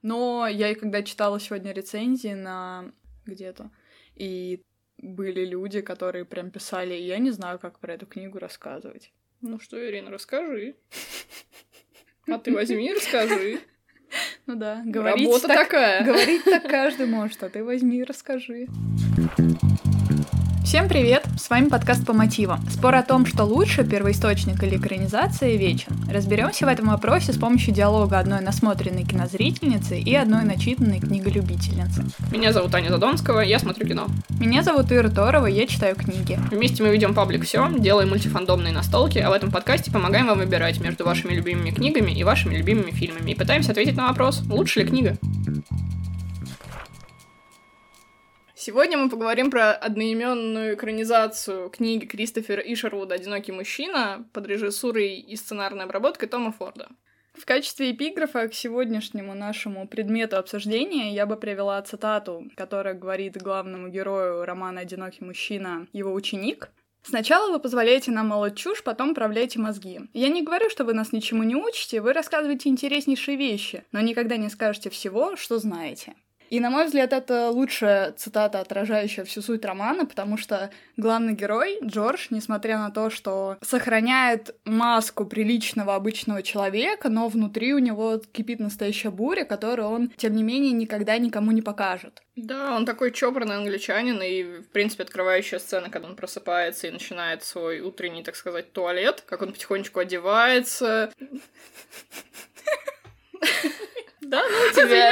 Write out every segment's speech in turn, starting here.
Но я и когда читала сегодня рецензии на где-то, и были люди, которые прям писали, я не знаю, как про эту книгу рассказывать. Ну что, Ирина, расскажи. А ты возьми и расскажи. Ну да, работа такая. Говорить так каждый может, а ты возьми и расскажи. Всем привет! С вами подкаст «По мотивам». Спор о том, что лучше, первоисточник или экранизация, вечен. Разберемся в этом вопросе с помощью диалога одной насмотренной кинозрительницы и одной начитанной книголюбительницы. Меня зовут Аня Задонского, я смотрю кино. Меня зовут Ира Торова, я читаю книги. Вместе мы ведем паблик «Всё», делаем мультифандомные настолки, а в этом подкасте помогаем вам выбирать между вашими любимыми книгами и вашими любимыми фильмами и пытаемся ответить на вопрос, лучше ли книга. Сегодня мы поговорим про одноименную экранизацию книги Кристофера Ишервуда «Одинокий мужчина» под режиссурой и сценарной обработкой Тома Форда. В качестве эпиграфа к сегодняшнему нашему предмету обсуждения я бы привела цитату, которая говорит главному герою романа «Одинокий мужчина» его ученик. «Сначала вы позволяете нам молоть чушь, потом правляете мозги. Я не говорю, что вы нас ничему не учите, вы рассказываете интереснейшие вещи, но никогда не скажете всего, что знаете». И, на мой взгляд, это лучшая цитата, отражающая всю суть романа, потому что главный герой, Джордж, несмотря на то, что сохраняет маску приличного обычного человека, но внутри у него кипит настоящая буря, которую он, тем не менее, никогда никому не покажет. Да, он такой чопорный англичанин, и, в принципе, открывающая сцена, когда он просыпается и начинает свой утренний, так сказать, туалет, как он потихонечку одевается... Да, ну тебя...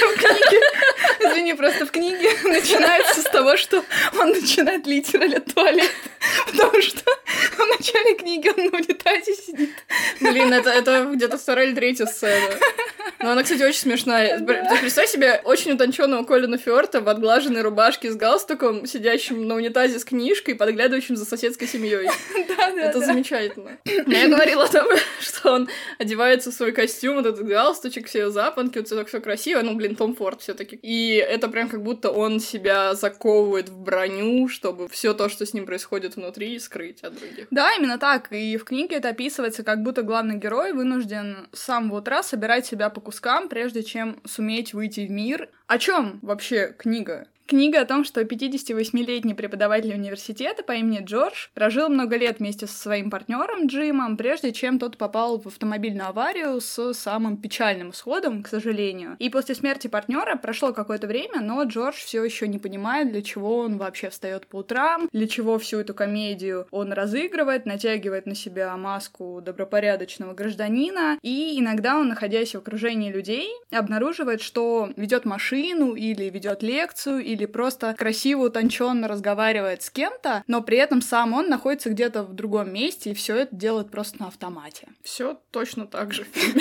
Извини, просто в книге начинается с того, что он начинает литерально туалет, потому что в начале книги он на унитазе сидит. Блин, это где-то вторая или третья сцена. Но она, кстати, очень смешная. Ты представь себе очень утонченного Колина Фёрта в отглаженной рубашке с галстуком, сидящим на унитазе с книжкой и подглядывающим за соседской семьей. Да. Это замечательно. Я говорила о том, что он одевается в свой костюм, вот этот галстучек, все запонки, вот все красиво. Ну, блин, Том Форд все-таки. И это прям как будто он себя заковывает в броню, чтобы все то, что с ним происходит внутри, скрыть от других. Да, именно так. И в книге это описывается, как будто главный герой вынужден с самого утра собирать себя по кускам, прежде чем суметь выйти в мир. О чем вообще книга? Книга о том, что 58-летний преподаватель университета по имени Джордж прожил много лет вместе со своим партнером Джимом, прежде чем тот попал в автомобильную аварию с самым печальным исходом, к сожалению. И после смерти партнера прошло какое-то время, но Джордж все еще не понимает, для чего он вообще встает по утрам, для чего всю эту комедию он разыгрывает, натягивает на себя маску добропорядочного гражданина, и иногда он, находясь в окружении людей, обнаруживает, что ведет машину или ведет лекцию, или просто красиво, утонченно разговаривает с кем-то, но при этом сам он находится где-то в другом месте, и все это делает просто на автомате. Все точно так же в фильме.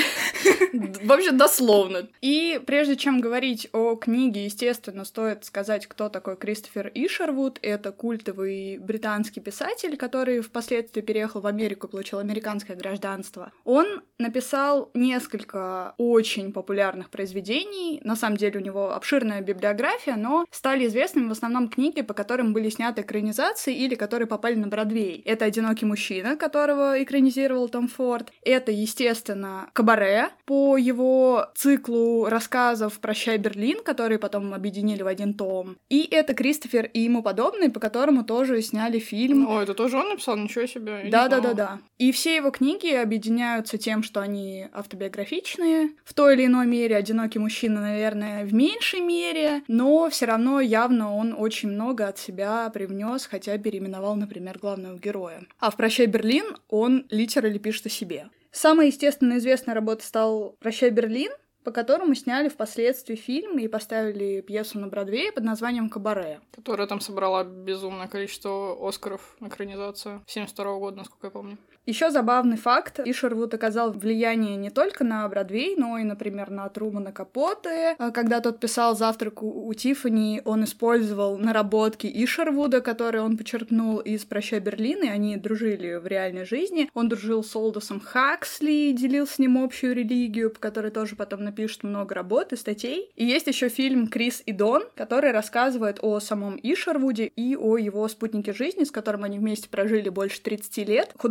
Вообще дословно. И прежде чем говорить о книге, естественно, стоит сказать, кто такой Кристофер Ишервуд. Это культовый британский писатель, который впоследствии переехал в Америку, получил американское гражданство. Он написал несколько очень популярных произведений. На самом деле у него обширная библиография, но стали известными в основном книги, по которым были сняты экранизации или которые попали на Бродвей. Это «Одинокий мужчина», которого экранизировал Том Форд. Это, естественно, «Кабаре» по его циклу рассказов «Прощай, Берлин», которые потом объединили в один том. И это «Кристофер и ему подобные», по которому тоже сняли фильм. О, это тоже он написал? Ничего себе. Да. И все его книги объединяются тем, что они автобиографичные. В той или иной мере «Одинокий мужчина», наверное, в меньшей мере, но все равно явно он очень много от себя привнес, хотя переименовал, например, главного героя. А в «Прощай, Берлин» он литерально пишет о себе. Самой, естественно, известной работой стал «Прощай, Берлин», по которому сняли впоследствии фильм и поставили пьесу на Бродвее под названием «Кабаре». Которая там собрала безумное количество Оскаров, экранизация, 1972 года, насколько я помню. Еще забавный факт. Ишервуд оказал влияние не только на Бродвей, но и, например, на Трумана Капоте. Когда тот писал «Завтрак у Тиффани», он использовал наработки Ишервуда, которые он почерпнул из «Прощай, Берлин», и они дружили в реальной жизни. Он дружил с Олдосом Хаксли, делил с ним общую религию, по которой тоже потом напишет много работ и статей. И есть еще фильм «Крис и Дон», который рассказывает о самом Ишервуде и о его спутнике жизни, с которым они вместе прожили больше 30 лет. Художники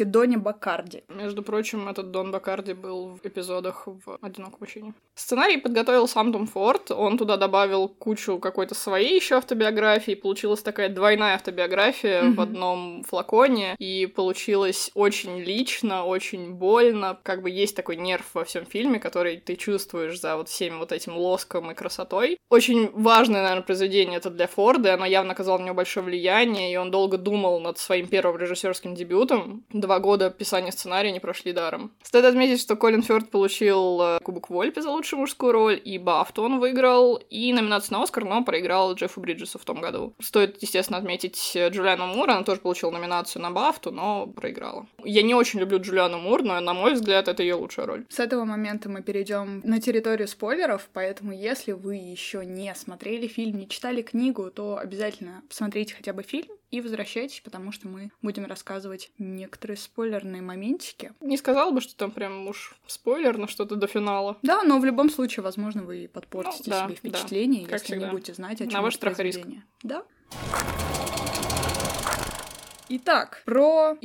Доне Баккарди. Между прочим, этот Дон Баккарди был в эпизодах в «Одиноком мужчине». Сценарий подготовил сам Том Форд, он туда добавил кучу какой-то своей еще автобиографии, получилась такая двойная автобиография в одном флаконе, и получилось очень лично, очень больно, как бы есть такой нерв во всем фильме, который ты чувствуешь за вот всеми вот этим лоском и красотой. Очень важное, наверное, произведение это для Форда, оно явно оказало на него большое влияние, и он долго думал над своим первым режиссерским дебютом. 2 года писания сценария не прошли даром. Стоит отметить, что Колин Фёрд получил Кубок Вольпе за лучшую мужскую роль, и Бафту он выиграл, и номинацию на Оскар, но проиграл Джеффу Бриджесу в том году. Стоит, естественно, отметить Джулиану Мур, она тоже получила номинацию на Бафту, но проиграла. Я не очень люблю Джулиану Мур, но, на мой взгляд, это ее лучшая роль. С этого момента мы перейдем на территорию спойлеров, поэтому если вы еще не смотрели фильм, не читали книгу, то обязательно посмотрите хотя бы фильм и возвращайтесь, потому что мы будем рассказывать некоторые спойлерные моментики. Не сказала бы, что там прям уж спойлер на что-то до финала. Да, но в любом случае, возможно, вы подпортите себе впечатление, да, если всегда. не будете знать, о чем на ваш это страх и риск. произведение. Да. Итак, про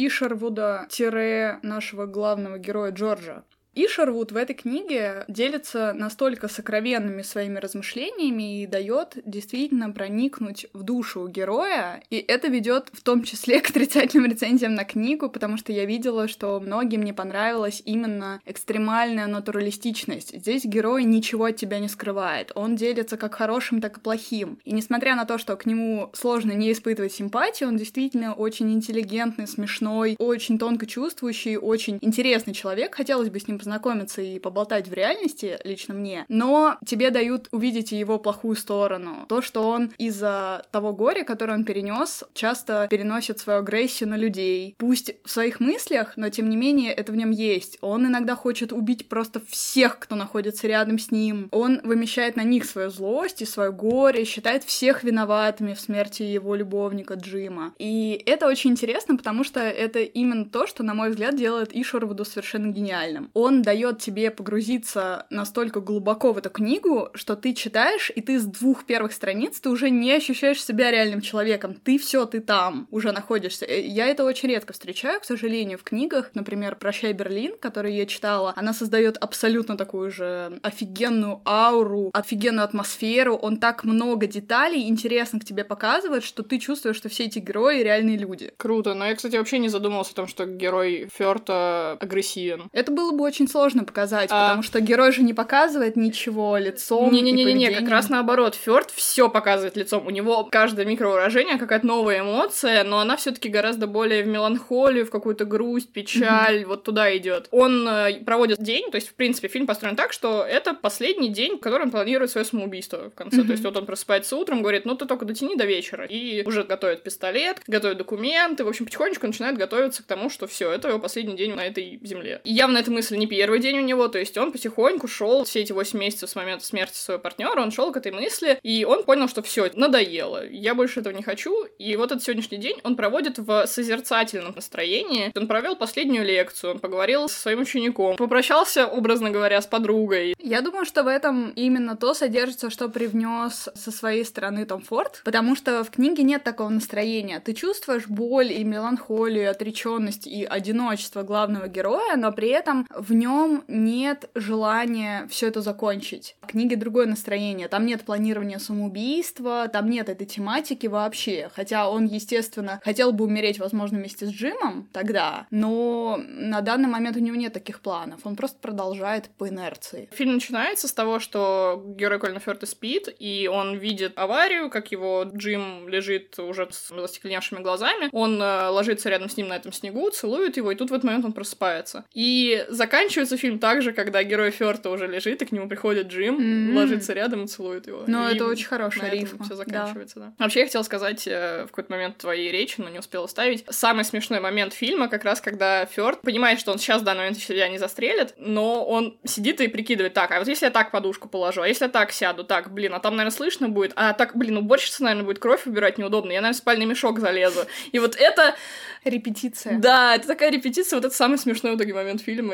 Ишервуда-нашего главного героя Джорджа. Ишервуд в этой книге делится настолько сокровенными своими размышлениями и дает действительно проникнуть в душу героя, и это ведет в том числе к отрицательным рецензиям на книгу, потому что я видела, что многим не понравилась именно экстремальная натуралистичность. Здесь герой ничего от тебя не скрывает, он делится как хорошим, так и плохим. И несмотря на то, что к нему сложно не испытывать симпатии, он действительно очень интеллигентный, смешной, очень тонко чувствующий, очень интересный человек. Хотелось бы с ним познакомиться и поболтать в реальности, лично мне, но тебе дают увидеть его плохую сторону. То, что он из-за того горя, которое он перенес, часто переносит свою агрессию на людей. Пусть в своих мыслях, но тем не менее это в нем есть. Он иногда хочет убить просто всех, кто находится рядом с ним. Он вымещает на них свою злость и свое горе, считает всех виноватыми в смерти его любовника Джима. И это очень интересно, потому что это именно то, что, на мой взгляд, делает Ишервуду совершенно гениальным. Он дает тебе погрузиться настолько глубоко в эту книгу, что ты читаешь, и ты с 2 первых страниц ты уже не ощущаешь себя реальным человеком. Ты там уже находишься. Я это очень редко встречаю, к сожалению, в книгах. Например, «Прощай, Берлин», которую я читала, она создает абсолютно такую же офигенную ауру, офигенную атмосферу. Он так много деталей интересно к тебе показывает, что ты чувствуешь, что все эти герои реальные люди. Круто. Но я, кстати, вообще не задумывался о том, что герой Фёрта агрессивен. Это было бы очень сложно показать, потому что герой же не показывает ничего лицом. Не-не-не, как раз наоборот. Фёрд все показывает лицом. У него каждое микровыражение какая-то новая эмоция, но она все-таки гораздо более в меланхолию, в какую-то грусть, печаль, вот туда идет. Он проводит день, то есть, в принципе, фильм построен так, что это последний день, в который он планирует свое самоубийство в конце. То есть, вот он просыпается утром, говорит, ну ты только дотяни до вечера. И уже готовит пистолет, готовит документы, в общем, потихонечку начинает готовиться к тому, что все, это его последний день на этой земле. И явно эта мысль не первый день у него, то есть он потихоньку шел все эти 8 месяцев с момента смерти своего партнера, он шел к этой мысли, и он понял, что все, надоело, я больше этого не хочу, и вот этот сегодняшний день он проводит в созерцательном настроении. Он провел последнюю лекцию, он поговорил со своим учеником, попрощался, образно говоря, с подругой. Я думаю, что в этом именно то содержится, что привнес со своей стороны Том Форд, потому что в книге нет такого настроения. Ты чувствуешь боль и меланхолию, и отречённость и одиночество главного героя, но при этом в нем нет желания все это закончить. В книге другое настроение. Там нет планирования самоубийства, там нет этой тематики вообще. Хотя он, естественно, хотел бы умереть, возможно, вместе с Джимом тогда, но на данный момент у него нет таких планов. Он просто продолжает по инерции. Фильм начинается с того, что герой Колина Фёрда спит, и он видит аварию, как его Джим лежит уже с остекленевшими глазами. Он ложится рядом с ним на этом снегу, целует его, и тут в этот момент он просыпается. И заканчивается фильм так же, когда герой Фёрда уже лежит, и к нему приходит Джим, ложится рядом и целует его. Ну, и это очень хорошая рифма. Все заканчивается, да. Вообще, я хотела сказать в какой-то момент твоей речи, но не успела ставить. Самый смешной момент фильма, как раз когда Фёрд понимает, что он сейчас в данный момент себя не застрелит, но он сидит и прикидывает, так, а вот если я так подушку положу, а если я так сяду, так, блин, а там, наверное, слышно будет, а так, блин, уборщица, наверное, будет кровь убирать неудобно, я, наверное, в спальный мешок залезу. И вот это... Репетиция. Да, это такая репетиция, вот это самый смешной в итоге момент фильма, и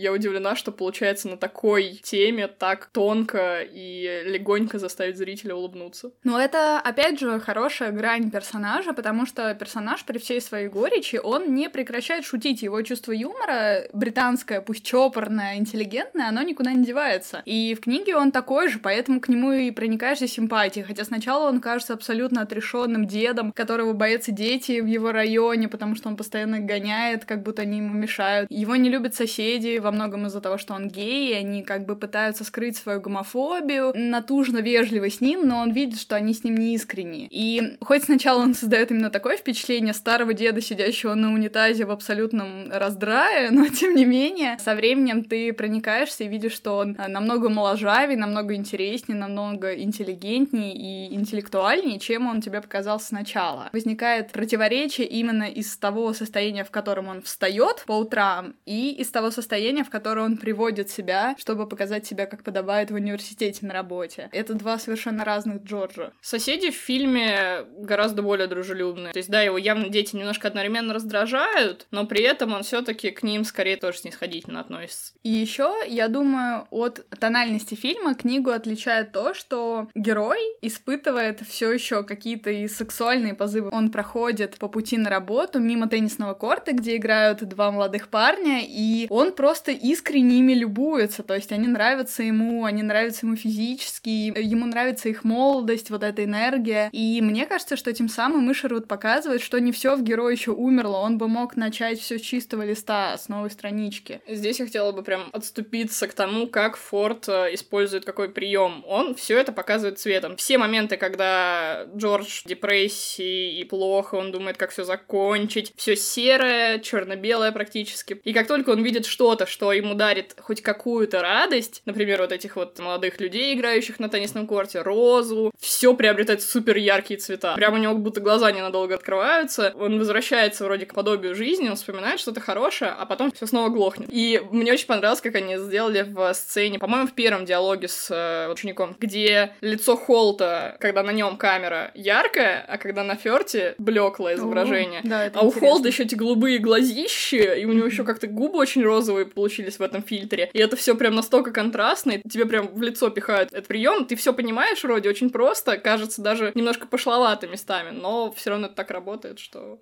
я удивлена, что получается на такой теме так тонко и легонько заставить зрителя улыбнуться. Но это, опять же, хорошая грань персонажа, потому что персонаж при всей своей горечи, он не прекращает шутить. Его чувство юмора, британское, пусть чопорное, интеллигентное, оно никуда не девается. И в книге он такой же, поэтому к нему и проникаешься симпатией. Хотя сначала он кажется абсолютно отрешенным дедом, которого боятся дети в его районе, потому что он постоянно их гоняет, как будто они ему мешают. Его не любят соседи во многом из-за того, что он гей, и они как бы пытаются скрыть свою гомофобию, натужно вежливы с ним, но он видит, что они с ним не искренни. И хоть сначала он создает именно такое впечатление старого деда, сидящего на унитазе в абсолютном раздрае, но тем не менее, со временем ты проникаешься и видишь, что он намного моложавее, намного интереснее, намного интеллигентнее и интеллектуальнее, чем он тебе показался сначала. Возникает противоречие именно из того состояния, в котором он встает по утрам, и из того состояния, в которое он приводит себя, чтобы показать себя, как подобает в университете на работе. Это два совершенно разных Джорджа. Соседи в фильме гораздо более дружелюбные. То есть, да, его явно дети немножко одновременно раздражают, но при этом он все-таки к ним скорее тоже снисходительно относится. И еще, я думаю, от тональности фильма книгу отличает то, что герой испытывает все еще какие-то и сексуальные позывы. Он проходит по пути на работу мимо теннисного корта, где играют два молодых парня, и он просто искренне ими любуется. То есть они нравятся ему физически, ему нравится их молодость, вот эта энергия. И мне кажется, что тем самым Ишервуд показывает, что не все в герое еще умерло, он бы мог начать все с чистого листа, с новой странички. Здесь я хотела бы прям отступиться к тому, как Форд использует какой прием. Он все это показывает цветом. Все моменты, когда Джордж в депрессии и плохо, он думает, как все закончить, все серое, черно-белое практически. И как только он видит что-то, что ему дарит хоть какую-то радость, например, вот этих вот молодых людей, играющих на теннисном корте, розу, все приобретает супер яркие цвета. Прямо у него как будто глаза ненадолго открываются, он возвращается вроде к подобию жизни, он вспоминает что-то хорошее, а потом все снова глохнет. И мне очень понравилось, как они сделали в сцене, по-моему, в первом диалоге с учеником, где лицо Холта, когда на нем камера яркая, а когда на Фёрте блеклое изображение. Да, а у Холта еще эти голубые глазищи, и у него еще как-то губы очень розовые получились в этом фильтре. И это все прям настолько контрастно, и тебе прям в лицо пихают этот прием. Ты все понимаешь вроде очень просто, кажется даже немножко пошловато местами, но все равно это так работает, что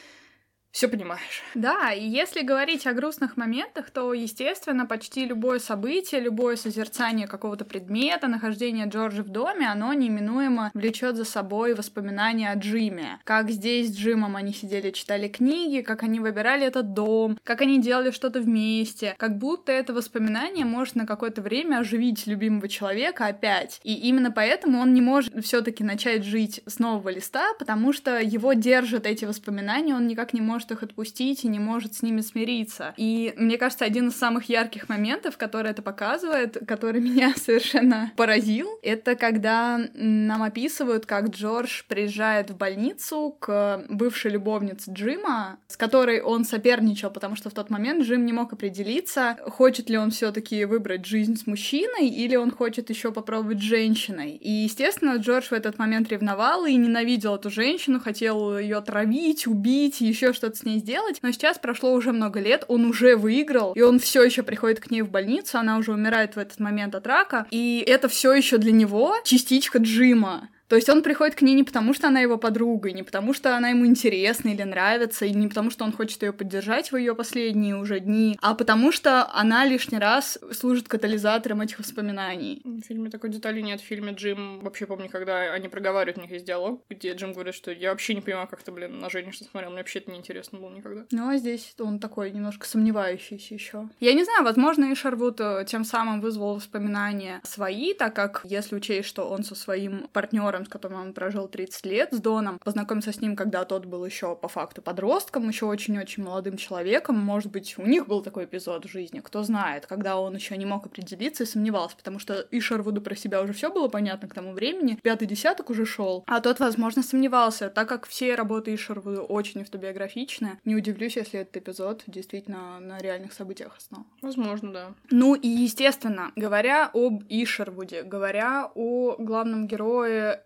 все понимаешь. Да, и если говорить о грустных моментах, то, естественно, почти любое событие, любое созерцание какого-то предмета, нахождение Джорджа в доме, оно неминуемо влечет за собой воспоминания о Джиме. Как здесь с Джимом они сидели, читали книги, как они выбирали этот дом, как они делали что-то вместе. Как будто это воспоминание может на какое-то время оживить любимого человека опять. И именно поэтому он не может все-таки начать жить с нового листа, потому что его держат эти воспоминания, он никак не может их отпустить и не может с ними смириться. И мне кажется, один из самых ярких моментов, который это показывает, который меня совершенно поразил, это когда нам описывают, как Джордж приезжает в больницу к бывшей любовнице Джима, с которой он соперничал, потому что в тот момент Джим не мог определиться, хочет ли он все-таки выбрать жизнь с мужчиной или он хочет еще попробовать с женщиной. И, естественно, Джордж в этот момент ревновал и ненавидел эту женщину, хотел ее отравить, убить, еще что-то с ней сделать, но сейчас прошло уже много лет, он уже выиграл, и он все еще приходит к ней в больницу, она уже умирает в этот момент от рака, и это все еще для него частичка Джима. То есть он приходит к ней не потому, что она его подруга, и не потому, что она ему интересна или нравится, и не потому, что он хочет ее поддержать в ее последние уже дни, а потому что она лишний раз служит катализатором этих воспоминаний. В фильме такой детали нет. В фильме Джим, вообще помню, когда они проговаривают, у них есть диалог, где Джим говорит, что я вообще не понимаю, как ты, на женщин смотрел, мне вообще это неинтересно было никогда. Ну, а здесь он такой немножко сомневающийся еще. Я не знаю, возможно, Ишервуд тем самым вызвал воспоминания свои, так как, если учесть, что он со своим партнером, с которым он прожил 30 лет, с Доном, познакомился с ним, когда тот был еще по факту подростком, еще очень-очень молодым человеком. Может быть, у них был такой эпизод в жизни, кто знает, когда он еще не мог определиться и сомневался, потому что Ишервуду про себя уже все было понятно к тому времени, 5-й десяток уже шел, а тот, возможно, сомневался, так как все работы Ишервуда очень автобиографичны. Не удивлюсь, если этот эпизод действительно на реальных событиях основан. Возможно, да. Ну и, естественно, говоря об Ишервуде, говоря о главном герое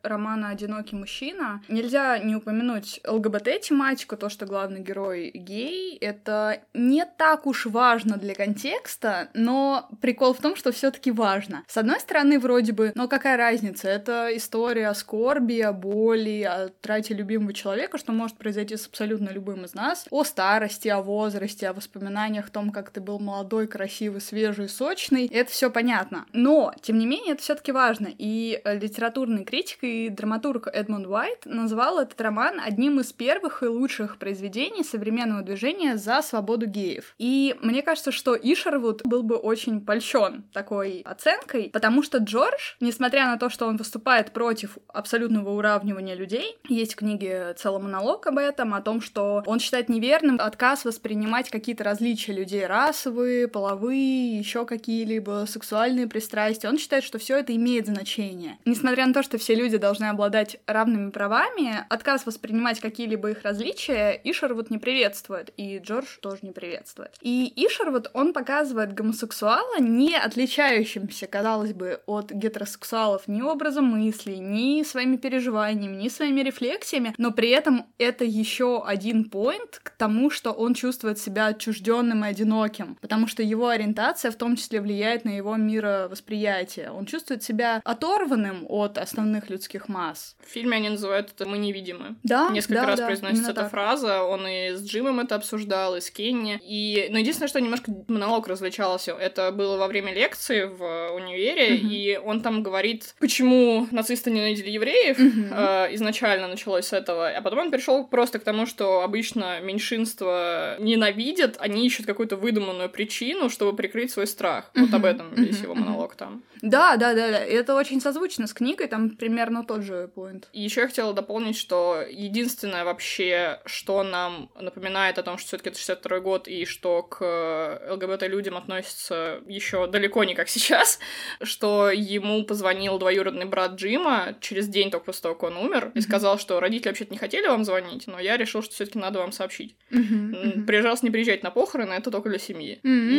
романа «Одинокий мужчина», нельзя не упомянуть ЛГБТ-тематику, то, что главный герой гей. Это не так уж важно для контекста, но прикол в том, что все-таки важно. С одной стороны, вроде бы, но какая разница? Это история о скорби, о боли, о трате любимого человека, что может произойти с абсолютно любым из нас, о старости, о возрасте, о воспоминаниях о том, как ты был молодой, красивый, свежий, сочный. Это все понятно. Но, тем не менее, это все-таки важно. И литературный критик и драматург Эдмунд Уайт назвал этот роман одним из первых и лучших произведений современного движения за свободу геев. И мне кажется, что Ишервуд был бы очень польщен такой оценкой, потому что Джордж, несмотря на то, что он выступает против абсолютного уравнивания людей, есть в книге целый монолог об этом, о том, что он считает неверным отказ воспринимать какие-то различия людей, расовые, половые, еще какие-либо сексуальные пристрастия. Он считает, что все это имеет значение. Несмотря на то, что все люди должны обладать равными правами, отказ воспринимать какие-либо их различия Ишервуд не приветствует, и Джордж тоже не приветствует. И Ишервуд, он показывает гомосексуала, не отличающимся, казалось бы, от гетеросексуалов ни образом мыслей, ни своими переживаниями, ни своими рефлексиями, но при этом это еще один поинт к тому, что он чувствует себя отчужденным и одиноким, потому что его ориентация в том числе влияет на его мировосприятие. Он чувствует себя оторванным от основных людских масс. В фильме они называют это «мы невидимы». Да, Несколько раз да, произносится эта так. фраза, он и с Джимом это обсуждал, и с Кенни. Но единственное, что немножко монолог различался, это было во время лекции в универе, и он там говорит, почему нацисты ненавидели евреев, изначально началось с этого, а потом он перешел просто к тому, что обычно меньшинство ненавидят, они ищут какую-то выдуманную причину, чтобы прикрыть свой страх. Вот об этом весь его монолог там. Да, это очень созвучно с книгой, там примерно тот же поинт. И еще я хотела дополнить, что единственное вообще, что нам напоминает о том, что все-таки это 62-й год, и что к ЛГБТ-людям относится еще далеко не как сейчас, что ему позвонил двоюродный брат Джима через день только после того, как он умер, и сказал, что родители вообще-то не хотели вам звонить, но я решил, что все-таки надо вам сообщить. Приезжался не приезжать на похороны, это только для семьи.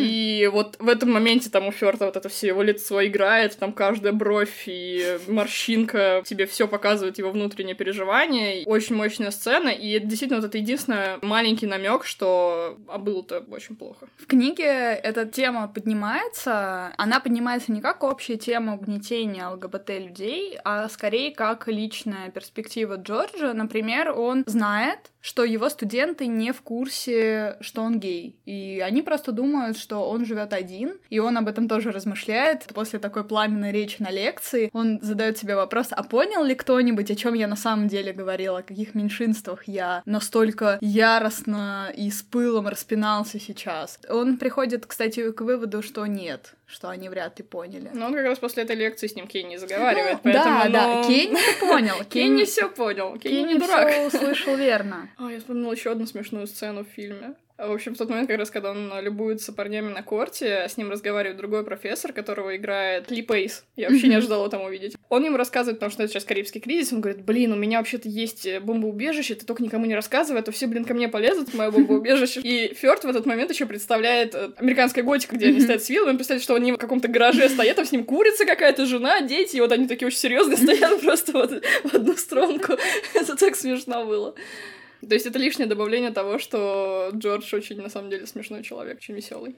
И вот в этом моменте там у Фёрта вот это все его лицо играет, там каждая бровь и морщинка тебе все показывает его внутреннее переживание. Очень мощная сцена, и это действительно вот это единственный маленький намек, что было-то очень плохо. В книге эта тема поднимается, она поднимается не как общая тема угнетения ЛГБТ-людей, а скорее как личная перспектива Джорджа. Например, он знает, что его студенты не в курсе, что он гей. И они просто думают, что он живет один, и он об этом тоже размышляет. После такой пламенной речи на лекции он задает себе вопрос, а понял ли кто-нибудь, о чем я на самом деле говорила, о каких меньшинствах я настолько яростно и с пылом распинался сейчас. Он приходит, кстати, к выводу, что нет, что они вряд ли поняли. Но он как раз после этой лекции с ним Кенни заговаривает, поэтому... Да, Кенни понял. Кенни все понял, Кенни не дурак. Кенни все услышал верно. Я вспомнила еще одну смешную сцену в фильме. В общем, в тот момент, как раз, когда он любуется парнями на корте, с ним разговаривает другой профессор, которого играет Ли Пейс. Я вообще не ожидала там увидеть. Он ему рассказывает, потому что это сейчас Карибский кризис, он говорит, блин, у меня вообще-то есть бомбоубежище, ты только никому не рассказывай, а то все, ко мне полезут в мое бомбоубежище. И Фёрд в этот момент еще представляет американская готика, где они стоят с вилами, он представляет, что они в каком-то гараже стоят, там с ним курица какая-то, жена, дети, и вот они такие очень серьезные стоят просто вот в одну струнку. Это так смешно было. То есть это лишнее добавление того, что Джордж очень, на самом деле, смешной человек, очень веселый.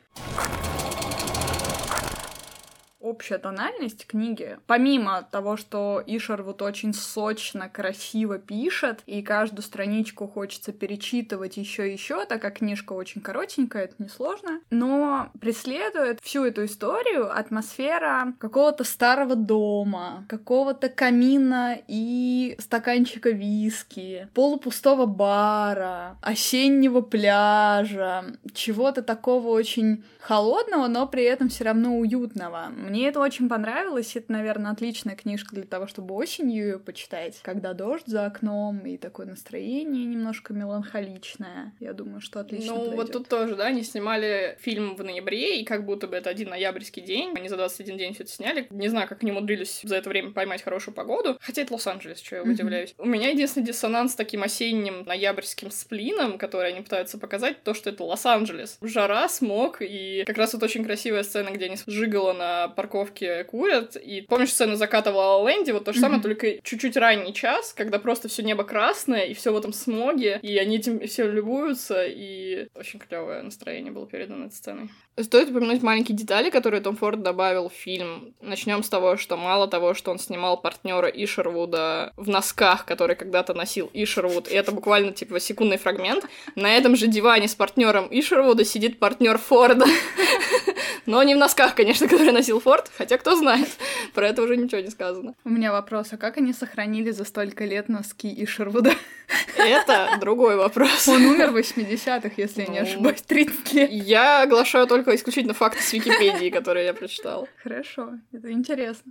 Общая тональность книги, помимо того, что Ишервуд очень сочно, красиво пишет, и каждую страничку хочется перечитывать еще и еще, так как книжка очень коротенькая, это несложно, но преследует всю эту историю атмосфера какого-то старого дома, какого-то камина и стаканчика виски, полупустого бара, осеннего пляжа, чего-то такого очень холодного, но при этом все равно уютного. Мне это очень понравилось, это, наверное, отличная книжка для того, чтобы осенью ее почитать, когда дождь за окном и такое настроение немножко меланхоличное. Я думаю, что отлично подойдет. Вот тут тоже, да, они снимали фильм в ноябре, и как будто бы это один ноябрьский день, они за 21 день все это сняли. Не знаю, как они умудрились за это время поймать хорошую погоду, хотя это Лос-Анджелес, что я удивляюсь. У меня единственный диссонанс с таким осенним ноябрьским сплином, который они пытаются показать, то, что это Лос-Анджелес. Жара, смог, и как раз вот очень красивая сцена, где они с Жиголо на парковке курят, и помнишь сцену заката в Ла Ла Ленде? Вот то же самое, только чуть-чуть ранний час, когда просто все небо красное, и все в этом смоге, и они этим все любуются, и очень клевое настроение было передано этой сценой. Стоит упомянуть маленькие детали, которые Том Форд добавил в фильм. Начнем с того, что мало того, что он снимал партнера Ишервуда в носках, который когда-то носил Ишервуд, и это буквально типа секундный фрагмент, на этом же диване с партнером Ишервуда сидит партнер Форда. Но не в носках, конечно, которые носил Форд, хотя кто знает, про это уже ничего не сказано. У меня вопрос, а как они сохранили за столько лет носки Ишервуда? Это другой вопрос. Он умер в 80-х, если я не ошибаюсь, 30 лет. Я оглашаю только исключительно факты с Википедии, которые я прочитала. Хорошо, это интересно.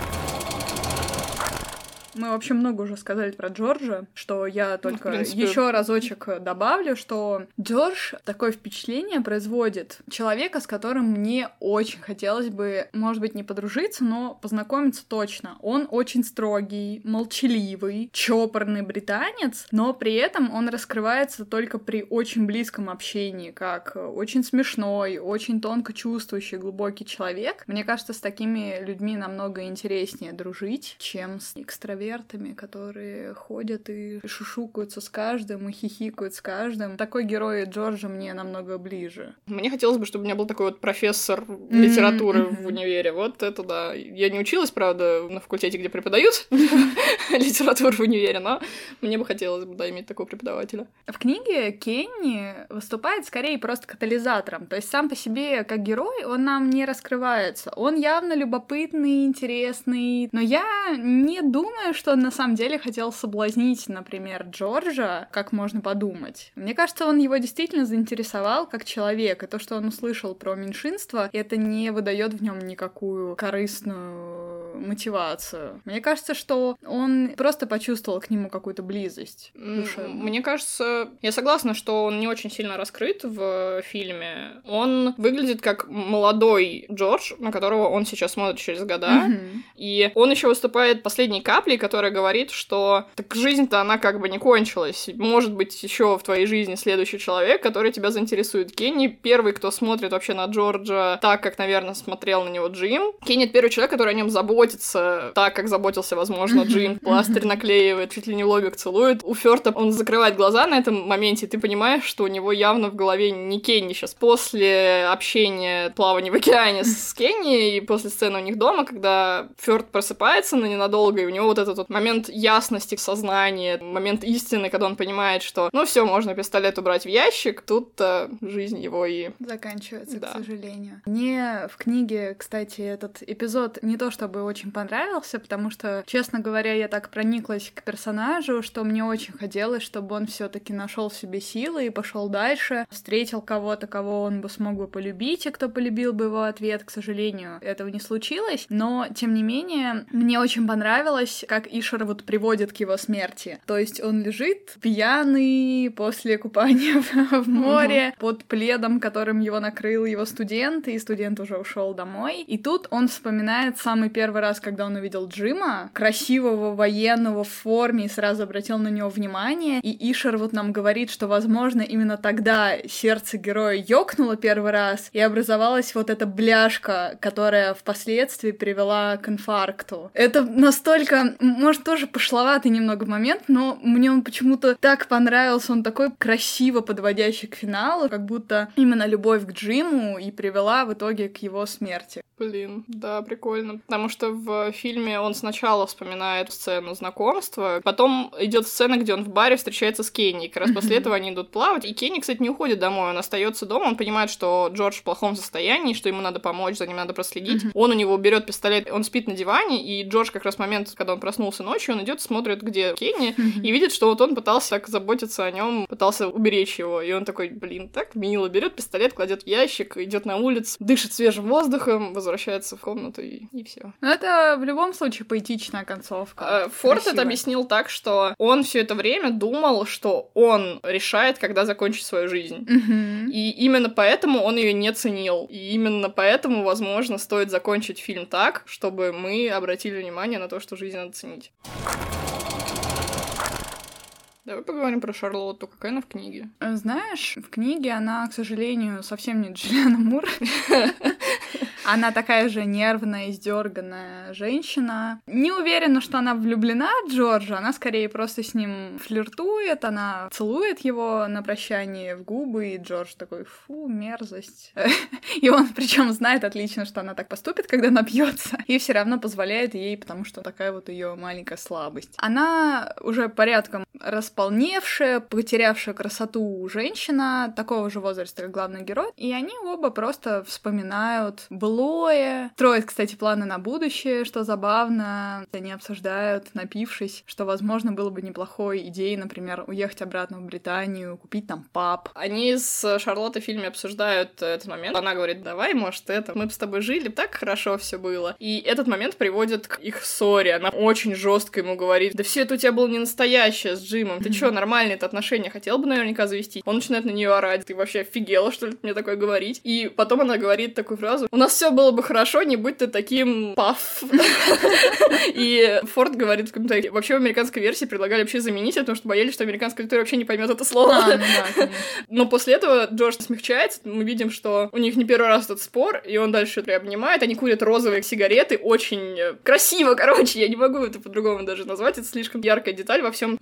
Мы вообще много уже сказали про Джорджа, что я только еще разочек добавлю, что Джордж такое впечатление производит человека, с которым мне очень хотелось бы, может быть, не подружиться, но познакомиться точно. Он очень строгий, молчаливый, чопорный британец, но при этом он раскрывается только при очень близком общении, как очень смешной, очень тонко чувствующий, глубокий человек. Мне кажется, с такими людьми намного интереснее дружить, чем с экстравертами, которые ходят и шушукаются с каждым, и хихикают с каждым. Такой герой Джорджа мне намного ближе. Мне хотелось бы, чтобы у меня был такой вот профессор литературы в универе. Вот это да. Я не училась, правда, на факультете, где преподают литературу в универе, но мне бы хотелось бы, да, иметь такого преподавателя. В книге Кенни выступает скорее просто катализатором. То есть сам по себе, как герой, он нам не раскрывается. Он явно любопытный, интересный, но я не думаю, что он на самом деле хотел соблазнить, например, Джорджа, как можно подумать. Мне кажется, он его действительно заинтересовал как человек, и то, что он услышал про меньшинство, это не выдает в нем никакую корыстную мотивацию. Мне кажется, что он просто почувствовал к нему какую-то близость душевную. Мне кажется, я согласна, что он не очень сильно раскрыт в фильме. Он выглядит как молодой Джордж, на которого он сейчас смотрит через года, и он еще выступает последней каплей, которая говорит, что так жизнь-то она как бы не кончилась. Может быть, еще в твоей жизни следующий человек, который тебя заинтересует. Кенни первый, кто смотрит вообще на Джорджа так, как, наверное, смотрел на него Джим. Кенни — это первый человек, который о нем заботится так, как заботился, возможно, Джим. Пластырь наклеивает, чуть ли не лобик целует. У Фёрта он закрывает глаза на этом моменте, и ты понимаешь, что у него явно в голове не Кенни сейчас. После общения, плавания в океане с Кенни и после сцены у них дома, когда Фёрт просыпается на ненадолго, и у него вот этот вот момент ясности сознания, момент истины, когда он понимает, что ну все, можно пистолет убрать в ящик, тут жизнь его и... заканчивается, да. К сожалению. Мне в книге, кстати, этот эпизод не то чтобы очень понравился, потому что, честно говоря, я так прониклась к персонажу, что мне очень хотелось, чтобы он все-таки нашел в себе силы и пошел дальше, встретил кого-то, кого он бы смог бы полюбить, и кто полюбил бы его ответ. К сожалению, этого не случилось, но, тем не менее, мне очень понравилось, как Ишервуд приводит к его смерти. То есть он лежит пьяный после купания в море, под пледом, которым его накрыл его студент, и студент уже ушел домой. И тут он вспоминает самый первый раз, когда он увидел Джима, красивого военного в форме, и сразу обратил на него внимание. И Ишервуд нам говорит, что, возможно, именно тогда сердце героя ёкнуло первый раз, и образовалась вот эта бляшка, которая впоследствии привела к инфаркту. Это настолько, может, тоже пошловатый немного момент, но мне он почему-то так понравился, он такой красиво подводящий к финалу, как будто именно любовь к Джиму и привела в итоге к его смерти. Блин, да, прикольно. Потому что в фильме он сначала вспоминает сцену знакомства, потом идет сцена, где он в баре встречается с Кенни. Как раз после этого они идут плавать. И Кенни, кстати, не уходит домой, он остается дома, он понимает, что Джордж в плохом состоянии, что ему надо помочь, за ним надо проследить. Он у него берет пистолет, он спит на диване, и Джордж как раз в момент, когда он проснулся ночью, он идет, смотрит, где Кенни, и видит, что вот он пытался так заботиться о нем, пытался уберечь его. И он такой, блин, так мило, берет пистолет, кладет в ящик, идет на улицу, дышит свежим воздухом, возвращается в комнату и все. Ну, это в любом случае поэтичная концовка. Форд это объяснил так, что он все это время думал, что он решает, когда закончить свою жизнь. И именно поэтому он ее не ценил. И именно поэтому, возможно, стоит закончить фильм так, чтобы мы обратили внимание на то, что жизнь надо ценить. Давай поговорим про Шарлотту. Какая она в книге? Знаешь, в книге она, к сожалению, совсем не Джулиана Мур. Она такая же нервная, издерганная женщина. Не уверена, что она влюблена в Джорджа, она скорее просто с ним флиртует, она целует его на прощание в губы, и Джордж такой: фу, мерзость. И он причем знает отлично, что она так поступит, когда напьется, и все равно позволяет ей, потому что такая вот ее маленькая слабость. Она уже порядком располневшая, потерявшая красоту женщина, такого же возраста, как главный герой, и они оба просто вспоминают былое, строят, кстати, планы на будущее, что забавно. Они обсуждают, напившись, что, возможно, было бы неплохой идеей, например, уехать обратно в Британию, купить там паб. Они с Шарлоттой в фильме обсуждают этот момент. Она говорит: давай, может, мы бы с тобой жили, так хорошо все было. И этот момент приводит к их ссоре. Она очень жестко ему говорит: да все это у тебя было не настоящее с Джимом. Ты чё, нормальные это отношения хотел бы наверняка завести? Он начинает на нее орать: ты вообще офигела, что ли, мне такое говорить? И потом она говорит такую фразу: у нас все было бы хорошо, не будь ты таким паф. И Форд говорит в комментариях: вообще в американской версии предлагали вообще заменить это, потому что боялись, что американская аудитория вообще не поймет это слово. Но после этого Джордж смягчается, мы видим, что у них не первый раз этот спор, и он дальше приобнимает, они курят розовые сигареты, очень красиво, короче, я не могу это по-другому даже назвать, это слишком яркая деталь во всем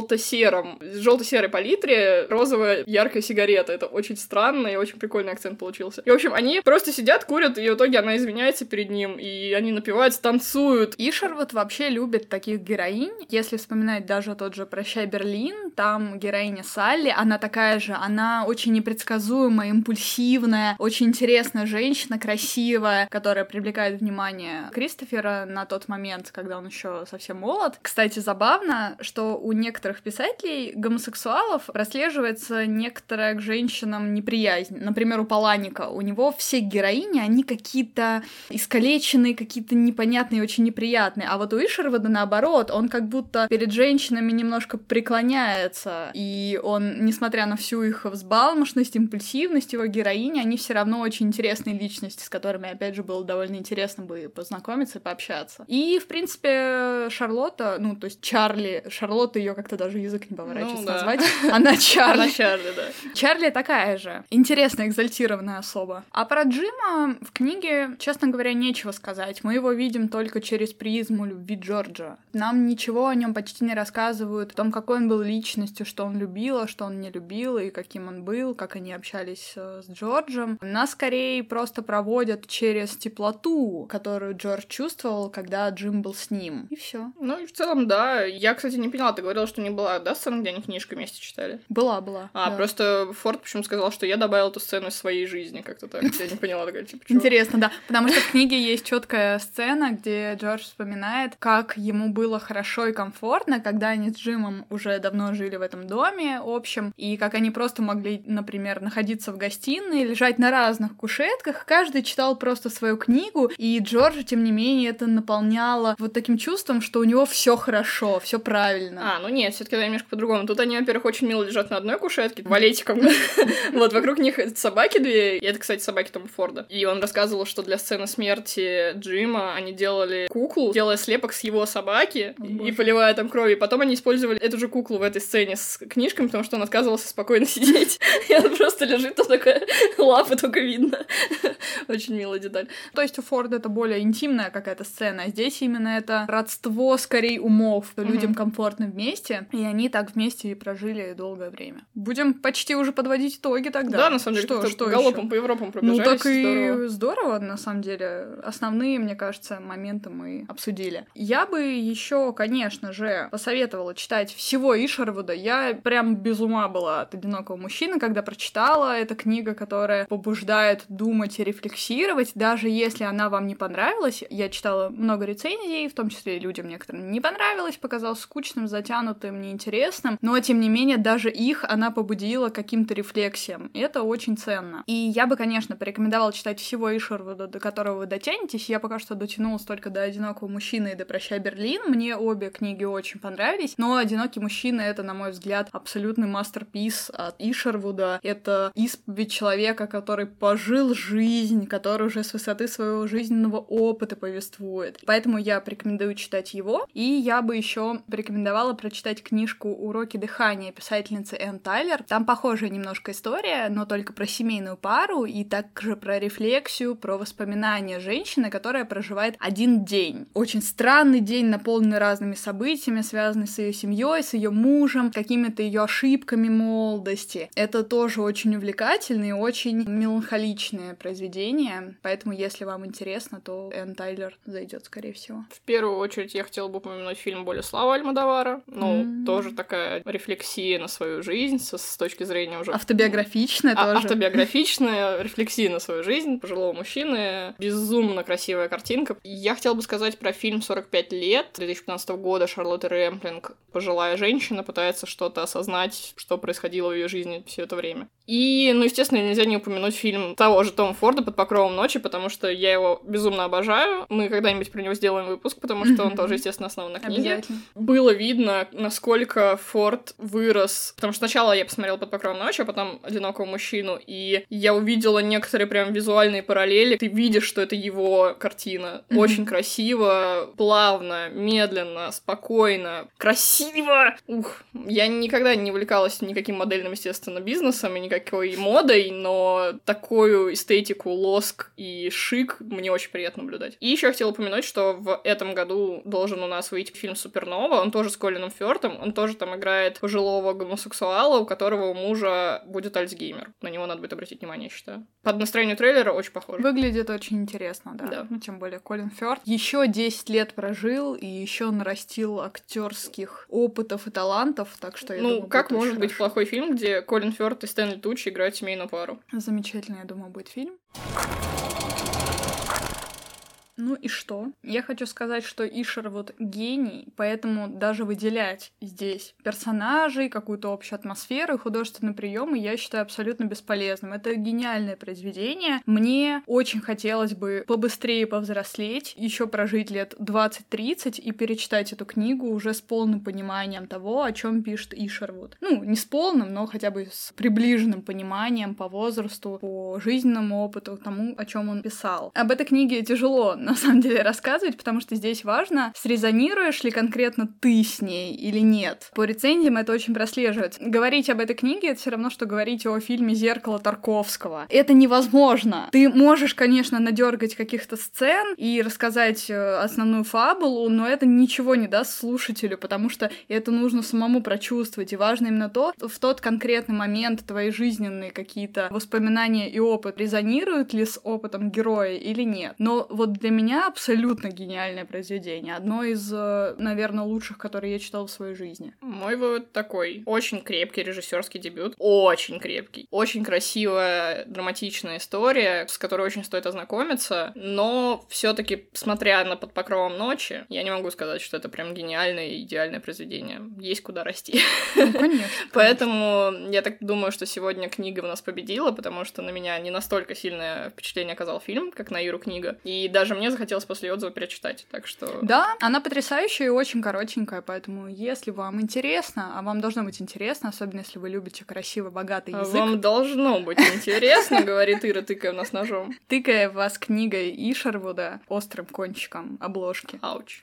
желто-серой палитре, розовая яркая сигарета, это очень странно и очень прикольный акцент получился. И, в общем, они просто сидят, курят, и в итоге она извиняется перед ним, и они напиваются, танцуют. Ишервуд вообще любит таких героинь. Если вспоминать даже тот же «Прощай, Берлин», там героиня Салли, она такая же, она очень непредсказуемая, импульсивная, очень интересная женщина, красивая, которая привлекает внимание Кристофера на тот момент, когда он еще совсем молод. Кстати, забавно, что у некоторых писателей гомосексуалов прослеживается некоторая к женщинам неприязнь. Например, у Паланика. У него все героини, они какие-то искалеченные, какие-то непонятные, очень неприятные. А вот у Ишервуда наоборот, он как будто перед женщинами немножко преклоняется. И он, несмотря на всю их взбалмошность, импульсивность, его героини, они все равно очень интересные личности, с которыми, опять же, было довольно интересно бы познакомиться и пообщаться. И, в принципе, Шарлотта, то есть Чарли, Шарлотта, ее как-то даже язык не поворачивается назвать. Она Чарли. Она Чарли, да. Чарли такая же. Интересная, экзальтированная особа. А про Джима в книге, честно говоря, нечего сказать. Мы его видим только через призму любви Джорджа. Нам ничего о нем почти не рассказывают, о том, какой он был личностью, что он любил, а что он не любил, и каким он был, как они общались с Джорджем. Нас скорее просто проводят через теплоту, которую Джордж чувствовал, когда Джим был с ним. И все. Ну и в целом, да. Я, кстати, не поняла, ты говорила, что не была, да, сцена, где они книжку вместе читали? Была. Да. Просто Форд почему сказал, что я добавил эту сцену из своей жизни, как-то так. Я не поняла, такая, типа, чего? Интересно, да. Потому что в книге есть четкая сцена, где Джордж вспоминает, как ему было хорошо и комфортно, когда они с Джимом уже давно жили в этом доме общем, и как они просто могли, например, находиться в гостиной, лежать на разных кушетках, каждый читал просто свою книгу, и Джорджа, тем не менее, это наполняло вот таким чувством, что у него все хорошо, все правильно. Нет, все-таки немножко по-другому. Тут они, во-первых, очень мило лежат на одной кушетке, валетиком. Вот, вокруг них собаки две, и это, кстати, собаки Тома Форда. И он рассказывал, что для сцены смерти Джима они делали куклу, делая слепок с его собаки и поливая там кровью. Потом они использовали эту же куклу в этой сцене с книжками, потому что он отказывался спокойно сидеть. И он просто лежит, там такая лапа только видно. Очень милая деталь. То есть у Форда это более интимная какая-то сцена, а здесь именно это родство, скорее, умов, что людям комфортно вместе, и они так вместе и прожили долгое время. Будем почти уже подводить итоги тогда. Да, на самом деле, что галопом по Европам пробежались. Так и здорово, на самом деле. Основные, мне кажется, моменты мы обсудили. Я бы еще, конечно же, посоветовала читать всего Ишервуда. Я прям без ума была от «Одинокого мужчины», когда прочитала. Это книга, которая побуждает думать и рефлексировать, даже если она вам не понравилась. Я читала много рецензий, в том числе и людям некоторым не понравилось, показалось скучным, затянутым, неинтересным, но, тем не менее, даже их она побудила к каким-то рефлексиям, и это очень ценно. И я бы, конечно, порекомендовала читать всего Ишервуда, до которого вы дотянетесь. Я пока что дотянулась только до «Одинокого мужчины» и до «Прощай, Берлин». Мне обе книги очень понравились, но «Одинокий мужчина» — это, на мой взгляд, абсолютный мастерпис от Ишервуда. Это исповедь человека, который пожил жизнь, который уже с высоты своего жизненного опыта повествует. Поэтому я порекомендую читать его, и я бы еще порекомендовала прочитать почитать книжку «Уроки дыхания» писательницы Энн Тайлер. Там похожая немножко история, но только про семейную пару и также про рефлексию, про воспоминания женщины, которая проживает один день. Очень странный день, наполненный разными событиями, связанными с ее семьей, с ее мужем, какими-то ее ошибками молодости. Это тоже очень увлекательное и очень меланхоличное произведение, поэтому, если вам интересно, то Энн Тайлер зайдет, скорее всего. В первую очередь я хотела бы упомянуть фильм «Болеслава» Альмодовара. Тоже такая рефлексия на свою жизнь с точки зрения уже... Автобиографичная тоже. Автобиографичная рефлексия на свою жизнь пожилого мужчины. Безумно красивая картинка. Я хотела бы сказать про фильм «45 лет» 2015 года Шарлотты Рэмплинг. Пожилая женщина пытается что-то осознать, что происходило в ее жизни все это время. И, естественно, нельзя не упомянуть фильм того же Тома Форда «Под покровом ночи», потому что я его безумно обожаю. Мы когда-нибудь про него сделаем выпуск, потому что он тоже, естественно, основан на книге. Было видно, насколько Форд вырос. Потому что сначала я посмотрела «Под покровом ночи», а потом «Одинокого мужчину», и я увидела некоторые прям визуальные параллели. Ты видишь, что это его картина. Очень красиво, плавно, медленно, спокойно, красиво! Я никогда не увлекалась никаким модельным, естественно, бизнесом и никакой модой, но такую эстетику, лоск и шик мне очень приятно наблюдать. И еще хотела упомянуть, что в этом году должен у нас выйти фильм «Супернова», он тоже с Колином Фёртом, он тоже там играет пожилого гомосексуала, у которого у мужа будет Альцгеймер. На него надо будет обратить внимание, я считаю. Под настроение трейлера очень похоже. Выглядит очень интересно, да. Тем более Колин Фёрт еще 10 лет прожил и еще нарастил актерских опытов и талантов, так что я думаю, как может быть хорошо. плохой фильм, где Колин Фёрт и Стэнли Тучи играют семейную пару? Замечательно, я думаю, будет фильм. Ну и что? Я хочу сказать, что Ишервуд гений, поэтому даже выделять здесь персонажей, какую-то общую атмосферу и художественные приемы я считаю абсолютно бесполезным. Это гениальное произведение. Мне очень хотелось бы побыстрее повзрослеть, еще прожить лет 20-30 и перечитать эту книгу уже с полным пониманием того, о чем пишет Ишервуд. Не с полным, но хотя бы с приближенным пониманием по возрасту, по жизненному опыту, тому, о чем он писал. Об этой книге тяжело на самом деле рассказывать, потому что здесь важно, срезонируешь ли конкретно ты с ней или нет. По рецензиям это очень прослеживается. Говорить об этой книге — это все равно, что говорить о фильме «Зеркало» Тарковского. Это невозможно. Ты можешь, конечно, надергать каких-то сцен и рассказать основную фабулу, но это ничего не даст слушателю, потому что это нужно самому прочувствовать. И важно именно то, в тот конкретный момент твои жизненные какие-то воспоминания и опыт резонируют ли с опытом героя или нет. Но вот для меня абсолютно гениальное произведение. Одно из, наверное, лучших, которые я читала в своей жизни. Мой вывод такой. Очень крепкий режиссерский дебют. Очень крепкий. Очень красивая, драматичная история, с которой очень стоит ознакомиться. Но все-таки, смотря на «Под покровом ночи», я не могу сказать, что это прям гениальное и идеальное произведение. Есть куда расти. Конечно. Поэтому я так думаю, что сегодня книга у нас победила, потому что на меня не настолько сильное впечатление оказал фильм, как на Иру книга. И даже мне захотелось после отзыва перечитать, так что... Да, она потрясающая и очень коротенькая, поэтому если вам интересно, а вам должно быть интересно, особенно если вы любите красивый, богатый язык... Вам должно быть интересно, говорит Ира, тыкая в нас ножом. Тыкая в вас книгой Ишервуда острым кончиком обложки. Ауч.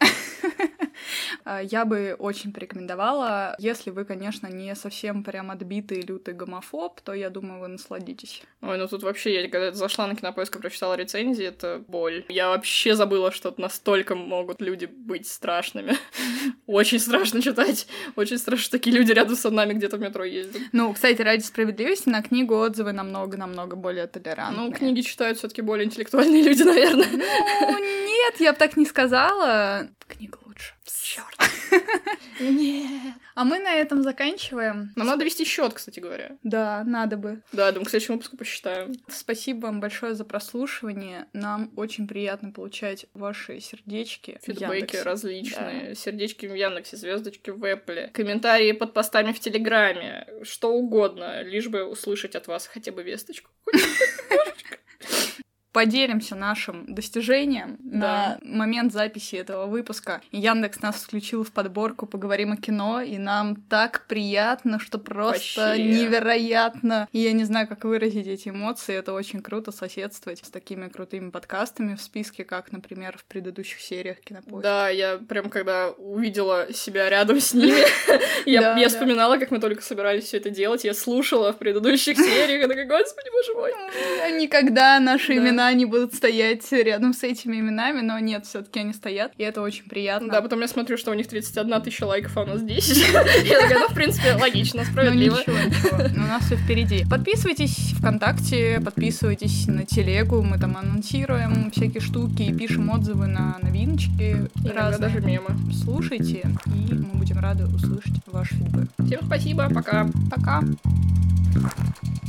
Я бы очень порекомендовала. Если вы, конечно, не совсем прям отбитый лютый гомофоб, то, я думаю, вы насладитесь. Ой, тут вообще, я когда зашла на Кинопоиск и прочитала рецензии, это боль. Я вообще забыла, что настолько могут люди быть страшными. Очень страшно читать. Очень страшно, что такие люди рядом со нами где-то в метро ездят. Кстати, ради справедливости, на книгу отзывы намного более толерантные. Книги читают все-таки более интеллектуальные люди, наверное. Нет, я бы так не сказала. Книга лучше. Чёрт. Нет. А мы на этом заканчиваем. Нам надо вести счет, кстати говоря. Да, надо бы. Да, думаю, к следующему выпуску посчитаем. Спасибо вам большое за прослушивание. Нам очень приятно получать ваши сердечки. Фидбэки различные. Да. Сердечки в Яндексе, звездочки в Apple, комментарии под постами в Телеграме. Что угодно, лишь бы услышать от вас хотя бы весточку. поделимся нашим достижением на момент записи этого выпуска. Яндекс нас включил в подборку «Поговорим о кино», и нам так приятно, что просто невероятно. И я не знаю, как выразить эти эмоции. Это очень круто соседствовать с такими крутыми подкастами в списке, как, например, в предыдущих сериях Кинопоиска. Да, я прям когда увидела себя рядом с ними, я вспоминала, как мы только собирались все это делать, я слушала в предыдущих сериях, и такая, господи, боже мой. Никогда наши имена не будут стоять рядом с этими именами, но нет, все-таки они стоят, и это очень приятно. Да, потом я смотрю, что у них 31 тысяча лайков, а у нас 10. Я такая, в принципе, логично, справедливо. Ну ничего, у нас все впереди. Подписывайтесь ВКонтакте, подписывайтесь на телегу, мы там анонсируем всякие штуки и пишем отзывы на новиночки разные. Даже мемы. Слушайте, и мы будем рады услышать ваш фидбэк. Всем спасибо, пока. Пока.